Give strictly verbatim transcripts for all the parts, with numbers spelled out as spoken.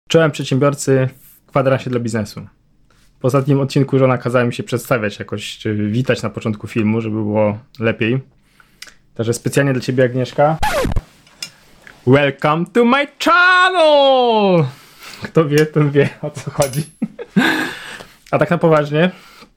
Czołem przedsiębiorcy w kwadransie dla biznesu. W ostatnim odcinku żona kazała mi się przedstawiać jakoś, czy witać na początku filmu, żeby było lepiej. Także specjalnie dla ciebie, Agnieszka. Welcome to my channel! Kto wie, ten wie, o co chodzi. A tak na poważnie,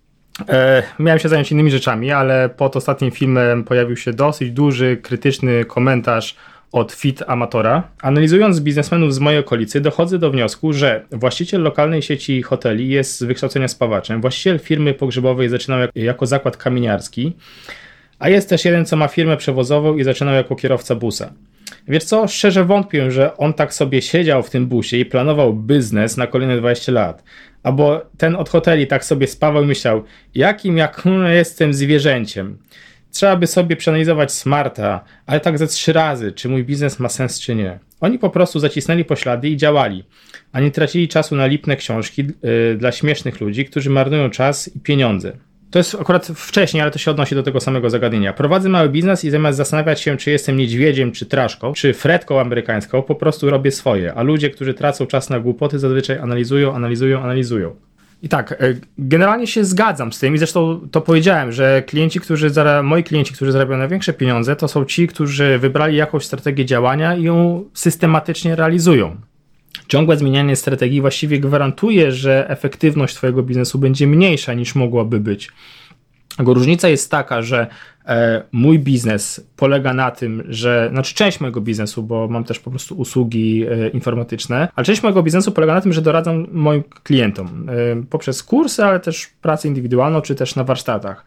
e, miałem się zająć innymi rzeczami, ale pod ostatnim filmem pojawił się dosyć duży, krytyczny komentarz od Fit Amatora. Analizując biznesmenów z mojej okolicy, dochodzę do wniosku, że właściciel lokalnej sieci hoteli jest z wykształcenia spawaczem, właściciel firmy pogrzebowej zaczynał jak, jako zakład kamieniarski, a jest też jeden, co ma firmę przewozową i zaczynał jako kierowca busa. Wiesz co, szczerze wątpię, że on tak sobie siedział w tym busie i planował biznes na kolejne dwadzieścia lat. Albo ten od hoteli tak sobie spawał i myślał, jakim jak jestem zwierzęciem. Trzeba by sobie przeanalizować smarta, ale tak ze trzy razy, czy mój biznes ma sens, czy nie. Oni po prostu zacisnęli poślady i działali, a nie tracili czasu na lipne książki yy, dla śmiesznych ludzi, którzy marnują czas i pieniądze. To jest akurat wcześniej, ale to się odnosi do tego samego zagadnienia. Prowadzę mały biznes i zamiast zastanawiać się, czy jestem niedźwiedziem, czy traszką, czy fretką amerykańską, po prostu robię swoje, a ludzie, którzy tracą czas na głupoty, zazwyczaj analizują, analizują, analizują. I tak, generalnie się zgadzam z tym i zresztą to powiedziałem, że klienci, którzy zara- moi klienci, którzy zarabiają największe pieniądze, to są ci, którzy wybrali jakąś strategię działania i ją systematycznie realizują. Ciągłe zmienianie strategii właściwie gwarantuje, że efektywność twojego biznesu będzie mniejsza niż mogłaby być. Bo różnica jest taka, że e, mój biznes polega na tym, że, znaczy część mojego biznesu, bo mam też po prostu usługi e, informatyczne, ale część mojego biznesu polega na tym, że doradzam moim klientom e, poprzez kursy, ale też pracę indywidualną, czy też na warsztatach.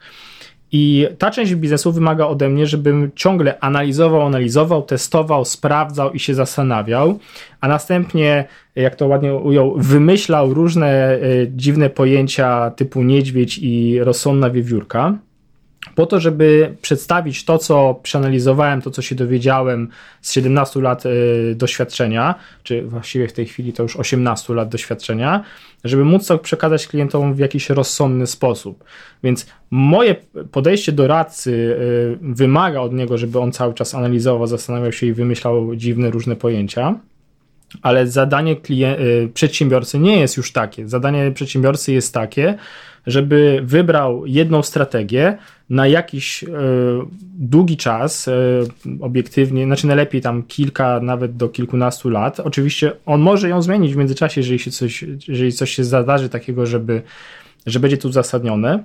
I ta część biznesu wymaga ode mnie, żebym ciągle analizował, analizował, testował, sprawdzał i się zastanawiał, a następnie, jak to ładnie ujął, wymyślał różne y, dziwne pojęcia typu niedźwiedź i rozsądna wiewiórka, po to, żeby przedstawić to, co przeanalizowałem, to, co się dowiedziałem z siedemnastu lat y, doświadczenia, czy właściwie w tej chwili to już osiemnastu lat doświadczenia, żeby móc to przekazać klientom w jakiś rozsądny sposób. Więc moje podejście do radcy y, wymaga od niego, żeby on cały czas analizował, zastanawiał się i wymyślał dziwne różne pojęcia, ale zadanie klien- y, przedsiębiorcy nie jest już takie. Zadanie przedsiębiorcy jest takie, żeby wybrał jedną strategię na jakiś y, długi czas, y, obiektywnie, znaczy najlepiej tam kilka, nawet do kilkunastu lat. Oczywiście on może ją zmienić w międzyczasie, jeżeli się coś, jeżeli coś się zadarzy takiego, żeby, że będzie tu uzasadnione.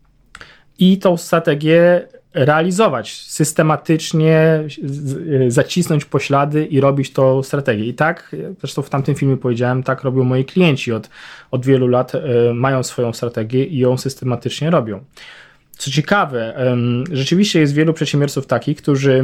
I tą strategię realizować, systematycznie zacisnąć poślady i robić tą strategię. I tak, zresztą w tamtym filmie powiedziałem, tak robią moi klienci od, od wielu lat, mają swoją strategię i ją systematycznie robią. Co ciekawe, rzeczywiście jest wielu przedsiębiorców takich, którzy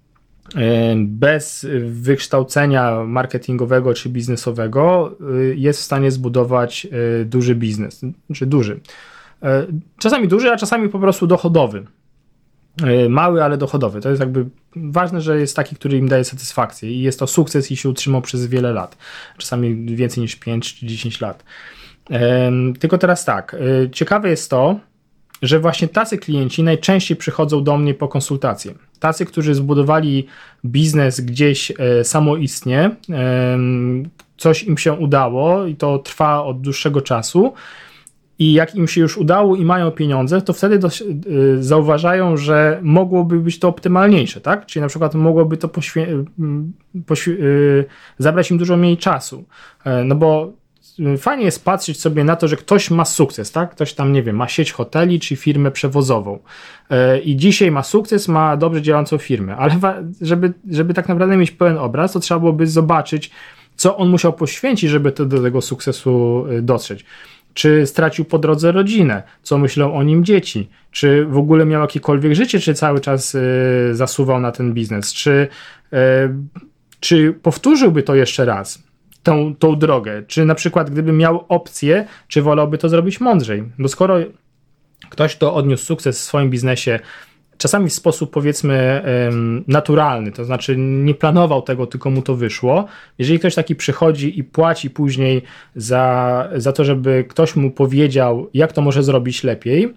bez wykształcenia marketingowego czy biznesowego jest w stanie zbudować duży biznes, znaczy duży. Czasami duży, a czasami po prostu dochodowy. Mały, ale dochodowy. To jest jakby ważne, że jest taki, który im daje satysfakcję i jest to sukces i się utrzymał przez wiele lat. Czasami więcej niż pięć czy dziesięć lat. Tylko teraz tak, ciekawe jest to, że właśnie tacy klienci najczęściej przychodzą do mnie po konsultację. Tacy, którzy zbudowali biznes gdzieś samoistnie, coś im się udało i to trwa od dłuższego czasu. I jak im się już udało i mają pieniądze, to wtedy do, y, zauważają, że mogłoby być to optymalniejsze, tak? Czyli na przykład mogłoby to poświe- poświe- y, zabrać im dużo mniej czasu. Y, no bo y, fajnie jest patrzeć sobie na to, że ktoś ma sukces, tak? Ktoś tam, nie wiem, ma sieć hoteli czy firmę przewozową. Y, I dzisiaj ma sukces, ma dobrze działającą firmę. Ale wa- żeby, żeby tak naprawdę mieć pełen obraz, to trzeba byłoby zobaczyć, co on musiał poświęcić, żeby to do tego sukcesu y, dotrzeć. Czy stracił po drodze rodzinę, co myślą o nim dzieci, czy w ogóle miał jakiekolwiek życie, czy cały czas y, zasuwał na ten biznes, czy, y, czy powtórzyłby to jeszcze raz, tą, tą drogę, czy na przykład gdyby miał opcję, czy wolałby to zrobić mądrzej, bo skoro ktoś, kto odniósł sukces w swoim biznesie, czasami w sposób, powiedzmy, naturalny, to znaczy nie planował tego, tylko mu to wyszło. Jeżeli ktoś taki przychodzi i płaci później za, za to, żeby ktoś mu powiedział, jak to może zrobić lepiej,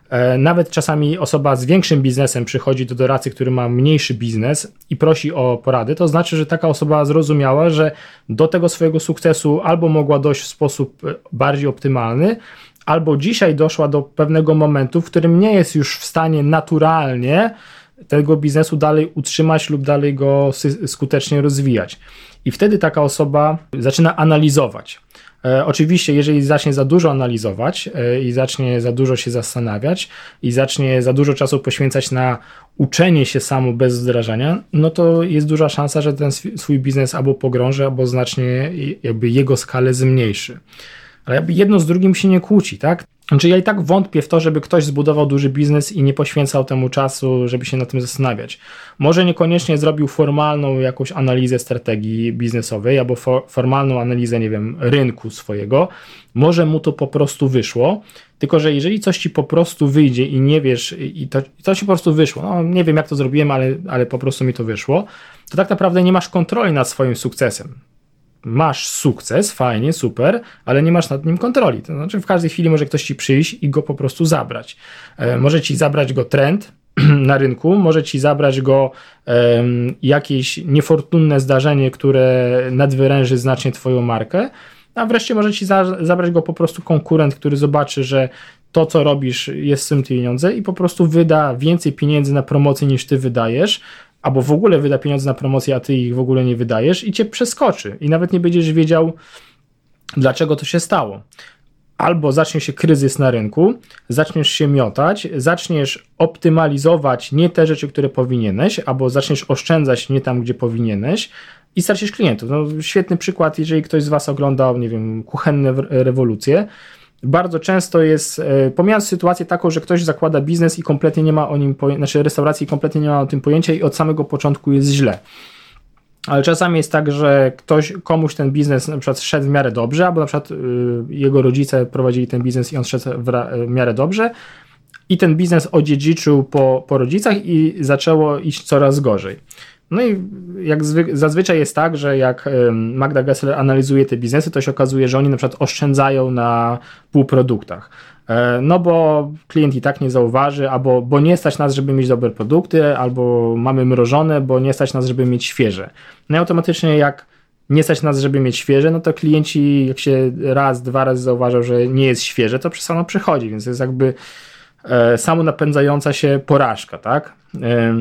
Nawet czasami osoba z większym biznesem przychodzi do doradcy, który ma mniejszy biznes i prosi o porady, to znaczy, że taka osoba zrozumiała, że do tego swojego sukcesu albo mogła dojść w sposób bardziej optymalny, albo dzisiaj doszła do pewnego momentu, w którym nie jest już w stanie naturalnie tego biznesu dalej utrzymać lub dalej go skutecznie rozwijać. I wtedy taka osoba zaczyna analizować. E, oczywiście, jeżeli zacznie za dużo analizować e, i zacznie za dużo się zastanawiać i zacznie za dużo czasu poświęcać na uczenie się samo bez wdrażania, no to jest duża szansa, że ten swój biznes albo pogrąży, albo znacznie jakby jego skalę zmniejszy. Ale jakby jedno z drugim się nie kłóci, tak? Znaczy ja i tak wątpię w to, żeby ktoś zbudował duży biznes i nie poświęcał temu czasu, żeby się nad tym zastanawiać. Może niekoniecznie zrobił formalną jakąś analizę strategii biznesowej albo for, formalną analizę, nie wiem, rynku swojego. Może mu to po prostu wyszło, tylko że jeżeli coś ci po prostu wyjdzie i nie wiesz, i to, i to ci po prostu wyszło, no nie wiem jak to zrobiłem, ale, ale po prostu mi to wyszło, to tak naprawdę nie masz kontroli nad swoim sukcesem. Masz sukces, fajnie, super, ale nie masz nad nim kontroli. To znaczy w każdej chwili może ktoś ci przyjść i go po prostu zabrać. E, może ci zabrać go trend na rynku, może ci zabrać go e, jakieś niefortunne zdarzenie, które nadwyręży znacznie twoją markę, a wreszcie może ci za, zabrać go po prostu konkurent, który zobaczy, że to, co robisz, jest z tym pieniądze i po prostu wyda więcej pieniędzy na promocję niż ty wydajesz, albo w ogóle wyda pieniądze na promocję, a ty ich w ogóle nie wydajesz i cię przeskoczy i nawet nie będziesz wiedział, dlaczego to się stało. Albo zacznie się kryzys na rynku, zaczniesz się miotać, zaczniesz optymalizować nie te rzeczy, które powinieneś, albo zaczniesz oszczędzać nie tam, gdzie powinieneś i stracisz klientów. No, świetny przykład, jeżeli ktoś z was oglądał, nie wiem, kuchenne rewolucje, bardzo często jest, pomijając sytuację taką, że ktoś zakłada biznes i kompletnie nie ma o nim, znaczy restauracji kompletnie nie ma o tym pojęcia i od samego początku jest źle. Ale czasami jest tak, że ktoś, komuś ten biznes na przykład szedł w miarę dobrze, albo na przykład jego rodzice prowadzili ten biznes i on szedł w miarę dobrze i ten biznes odziedziczył po, po rodzicach i zaczęło iść coraz gorzej. No i jak zwy, zazwyczaj jest tak, że jak Magda Gessler analizuje te biznesy, to się okazuje, że oni na przykład oszczędzają na półproduktach. No bo klient i tak nie zauważy, albo bo nie stać nas, żeby mieć dobre produkty, albo mamy mrożone, bo nie stać nas, żeby mieć świeże. No i automatycznie jak nie stać nas, żeby mieć świeże, no to klienci jak się raz, dwa razy zauważą, że nie jest świeże, to samo przychodzi, więc to jest jakby e, samo napędzająca się porażka, tak? E,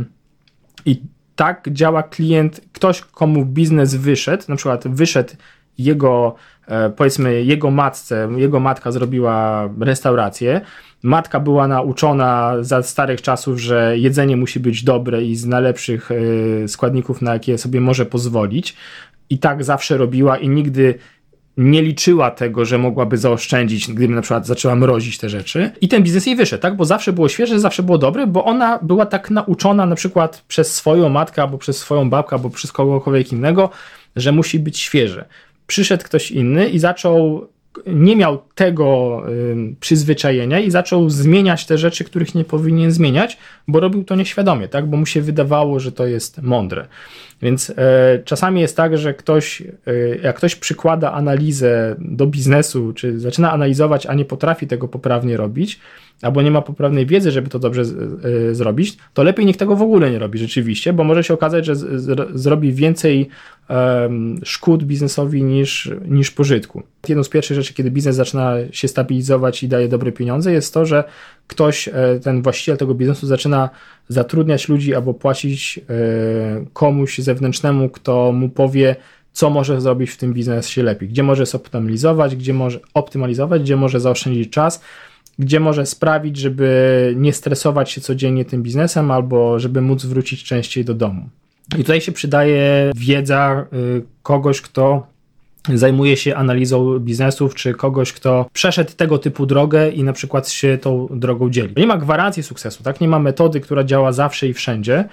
I tak działa klient, ktoś komu biznes wyszedł, na przykład wyszedł jego, powiedzmy jego matce, jego matka zrobiła restaurację, matka była nauczona za starych czasów, że jedzenie musi być dobre i z najlepszych składników, na jakie sobie może pozwolić i tak zawsze robiła i nigdy nie liczyła tego, że mogłaby zaoszczędzić, gdyby na przykład zaczęła mrozić te rzeczy. I ten biznes jej wyszedł, tak? Bo zawsze było świeże, zawsze było dobre, bo ona była tak nauczona na przykład przez swoją matkę, albo przez swoją babkę, albo przez kogokolwiek innego, że musi być świeże. Przyszedł ktoś inny i zaczął, nie miał tego y, przyzwyczajenia i zaczął zmieniać te rzeczy, których nie powinien zmieniać, bo robił to nieświadomie, tak? Bo mu się wydawało, że to jest mądre. Więc y, czasami jest tak, że ktoś, y, jak ktoś przykłada analizę do biznesu, czy zaczyna analizować, a nie potrafi tego poprawnie robić, albo nie ma poprawnej wiedzy, żeby to dobrze z, y, zrobić, to lepiej niech tego w ogóle nie robi rzeczywiście, bo może się okazać, że z, z, zrobi więcej y, szkód biznesowi niż, niż pożytku. Jedną z pierwszych rzeczy, kiedy biznes zaczyna się stabilizować i daje dobre pieniądze, jest to, że ktoś, y, ten właściciel tego biznesu zaczyna zatrudniać ludzi albo płacić y, komuś zewnętrznemu, kto mu powie, co może zrobić w tym biznesie lepiej, gdzie może zoptymalizować, gdzie może optymalizować, gdzie może zaoszczędzić czas, gdzie może sprawić, żeby nie stresować się codziennie tym biznesem albo żeby móc wrócić częściej do domu. I tutaj się przydaje wiedza kogoś, kto zajmuje się analizą biznesów, czy kogoś, kto przeszedł tego typu drogę i na przykład się tą drogą dzieli. Nie ma gwarancji sukcesu, tak? Nie ma metody, która działa zawsze i wszędzie,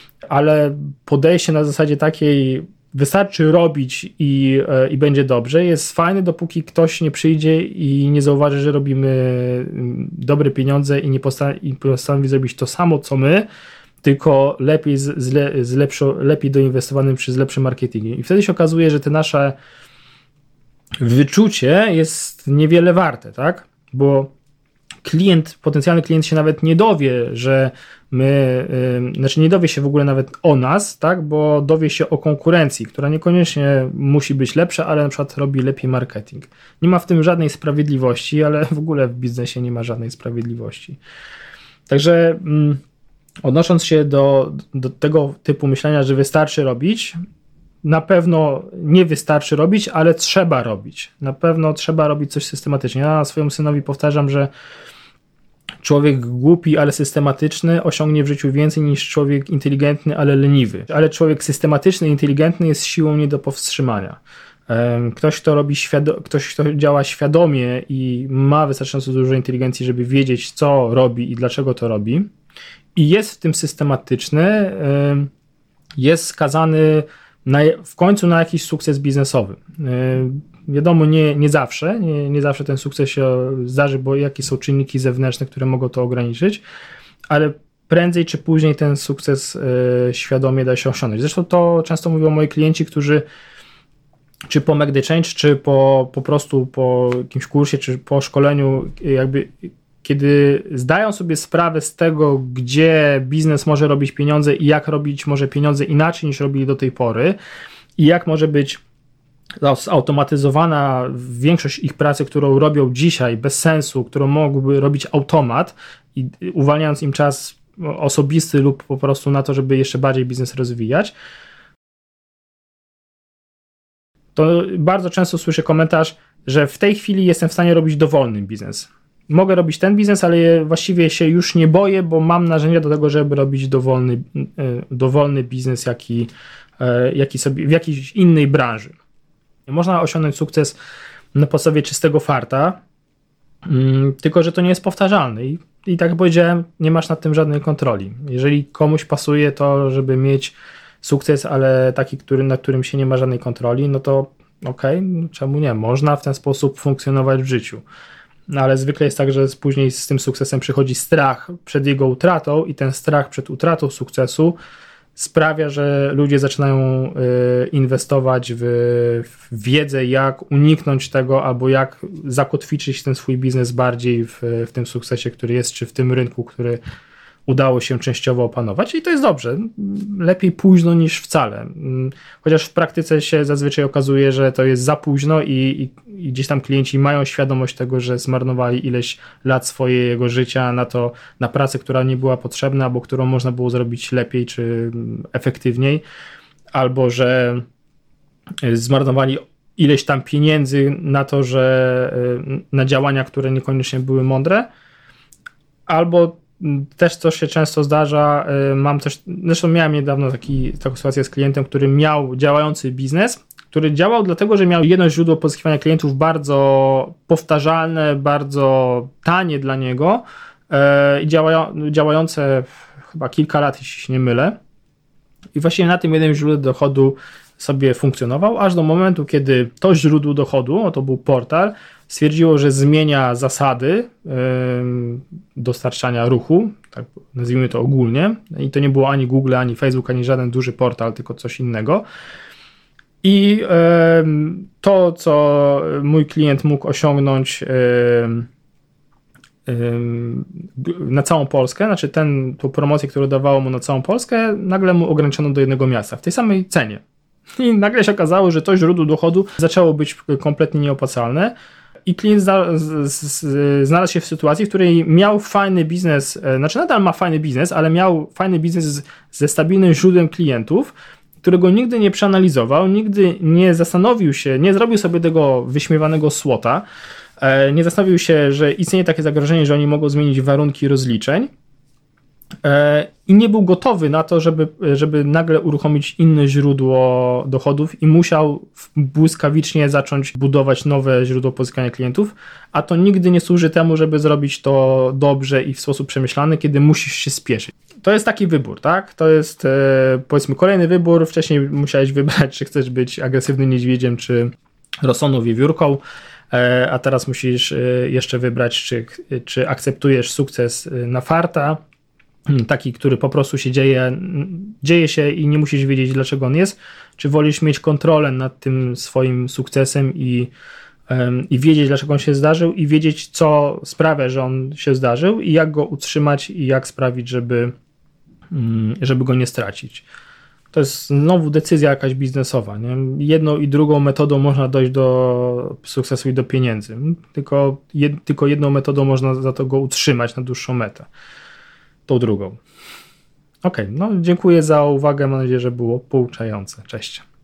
ale podejście na zasadzie takiej wystarczy robić i, i będzie dobrze, jest fajny, dopóki ktoś nie przyjdzie i nie zauważy, że robimy dobre pieniądze i nie postanowi, postanowi zrobić to samo, co my, tylko lepiej, z, z, le, z lepszo, lepiej doinwestowanym przez lepszy marketing. I wtedy się okazuje, że te nasze wyczucie jest niewiele warte, tak? Bo klient, potencjalny klient się nawet nie dowie, że my, yy, znaczy nie dowie się w ogóle nawet o nas, tak, bo dowie się o konkurencji, która niekoniecznie musi być lepsza, ale na przykład robi lepiej marketing. Nie ma w tym żadnej sprawiedliwości, ale w ogóle w biznesie nie ma żadnej sprawiedliwości. Także yy, odnosząc się do, do tego typu myślenia, że wystarczy robić, na pewno nie wystarczy robić, ale trzeba robić. Na pewno trzeba robić coś systematycznie. Ja swojemu synowi powtarzam, że człowiek głupi, ale systematyczny osiągnie w życiu więcej niż człowiek inteligentny, ale leniwy. Ale człowiek systematyczny, inteligentny jest siłą nie do powstrzymania. Ktoś, kto robi świado- ktoś, kto działa świadomie i ma wystarczająco dużo inteligencji, żeby wiedzieć, co robi i dlaczego to robi, i jest w tym systematyczny, jest skazany na, w końcu na jakiś sukces biznesowy. Wiadomo, nie, nie zawsze, nie, nie zawsze ten sukces się zdarzy, bo jakie są czynniki zewnętrzne, które mogą to ograniczyć, ale prędzej czy później ten sukces y, świadomie da się osiągnąć. Zresztą to często mówią moi klienci, którzy czy po Make the Change, czy po, po prostu po jakimś kursie, czy po szkoleniu, jakby kiedy zdają sobie sprawę z tego, gdzie biznes może robić pieniądze i jak robić może pieniądze inaczej niż robili do tej pory i jak może być zautomatyzowana większość ich pracy, którą robią dzisiaj bez sensu, którą mógłby robić automat i uwalniając im czas osobisty lub po prostu na to, żeby jeszcze bardziej biznes rozwijać, to bardzo często słyszę komentarz, że w tej chwili jestem w stanie robić dowolny biznes. Mogę robić ten biznes, ale właściwie się już nie boję, bo mam narzędzia do tego, żeby robić dowolny, dowolny biznes, jaki, jaki sobie w jakiejś innej branży. Można osiągnąć sukces na podstawie czystego farta, tylko że to nie jest powtarzalne i, i tak jak powiedziałem, nie masz nad tym żadnej kontroli. Jeżeli komuś pasuje to, żeby mieć sukces, ale taki, który, nad którym się nie ma żadnej kontroli, no to okej, okay, czemu nie? Można w ten sposób funkcjonować w życiu. No ale zwykle jest tak, że później z tym sukcesem przychodzi strach przed jego utratą i ten strach przed utratą sukcesu sprawia, że ludzie zaczynają inwestować w wiedzę, jak uniknąć tego, albo jak zakotwiczyć ten swój biznes bardziej w, w tym sukcesie, który jest, czy w tym rynku, który udało się częściowo opanować i to jest dobrze. Lepiej późno niż wcale. Chociaż w praktyce się zazwyczaj okazuje, że to jest za późno i, i, i gdzieś tam klienci mają świadomość tego, że zmarnowali ileś lat swojego życia na to, na pracę, która nie była potrzebna, albo którą można było zrobić lepiej czy efektywniej, albo że zmarnowali ileś tam pieniędzy na to, że na działania, które niekoniecznie były mądre, albo też co się często zdarza, mam też, zresztą miałem niedawno taki, taką sytuację z klientem, który miał działający biznes, który działał dlatego, że miał jedno źródło pozyskiwania klientów bardzo powtarzalne, bardzo tanie dla niego i działa, działające chyba kilka lat, jeśli się nie mylę. I właściwie na tym jednym źródle dochodu sobie funkcjonował, aż do momentu, kiedy to źródło dochodu, no to był portal, stwierdziło, że zmienia zasady yy, dostarczania ruchu, tak nazwijmy to ogólnie, i to nie było ani Google, ani Facebook, ani żaden duży portal, tylko coś innego. I yy, to, co mój klient mógł osiągnąć yy, yy, na całą Polskę, znaczy ten, tą promocję, którą dawało mu na całą Polskę, nagle mu ograniczono do jednego miasta, w tej samej cenie. I nagle się okazało, że to źródło dochodu zaczęło być kompletnie nieopłacalne i klient znalazł się w sytuacji, w której miał fajny biznes, znaczy nadal ma fajny biznes, ale miał fajny biznes ze stabilnym źródłem klientów, którego nigdy nie przeanalizował, nigdy nie zastanowił się, nie zrobił sobie tego wyśmiewanego słota, nie zastanowił się, że istnieje takie zagrożenie, że oni mogą zmienić warunki rozliczeń, i nie był gotowy na to, żeby, żeby nagle uruchomić inne źródło dochodów i musiał błyskawicznie zacząć budować nowe źródło pozyskania klientów, a to nigdy nie służy temu, żeby zrobić to dobrze i w sposób przemyślany, kiedy musisz się spieszyć. To jest taki wybór, tak? To jest e, powiedzmy kolejny wybór. Wcześniej musiałeś wybrać, czy chcesz być agresywnym niedźwiedziem, czy rozsądną wiewiórką, e, a teraz musisz e, jeszcze wybrać, czy, czy akceptujesz sukces na farta, taki, który po prostu się dzieje, dzieje się i nie musisz wiedzieć, dlaczego on jest, czy wolisz mieć kontrolę nad tym swoim sukcesem i i wiedzieć, dlaczego on się zdarzył i wiedzieć, co sprawia, że on się zdarzył i jak go utrzymać i jak sprawić, żeby, żeby go nie stracić. To jest znowu decyzja jakaś biznesowa. Nie? Jedną i drugą metodą można dojść do sukcesu i do pieniędzy. Tylko, jed, tylko jedną metodą można za to go utrzymać na dłuższą metę. Tą drugą. Okej, no dziękuję za uwagę. Mam nadzieję, że było pouczające. Cześć.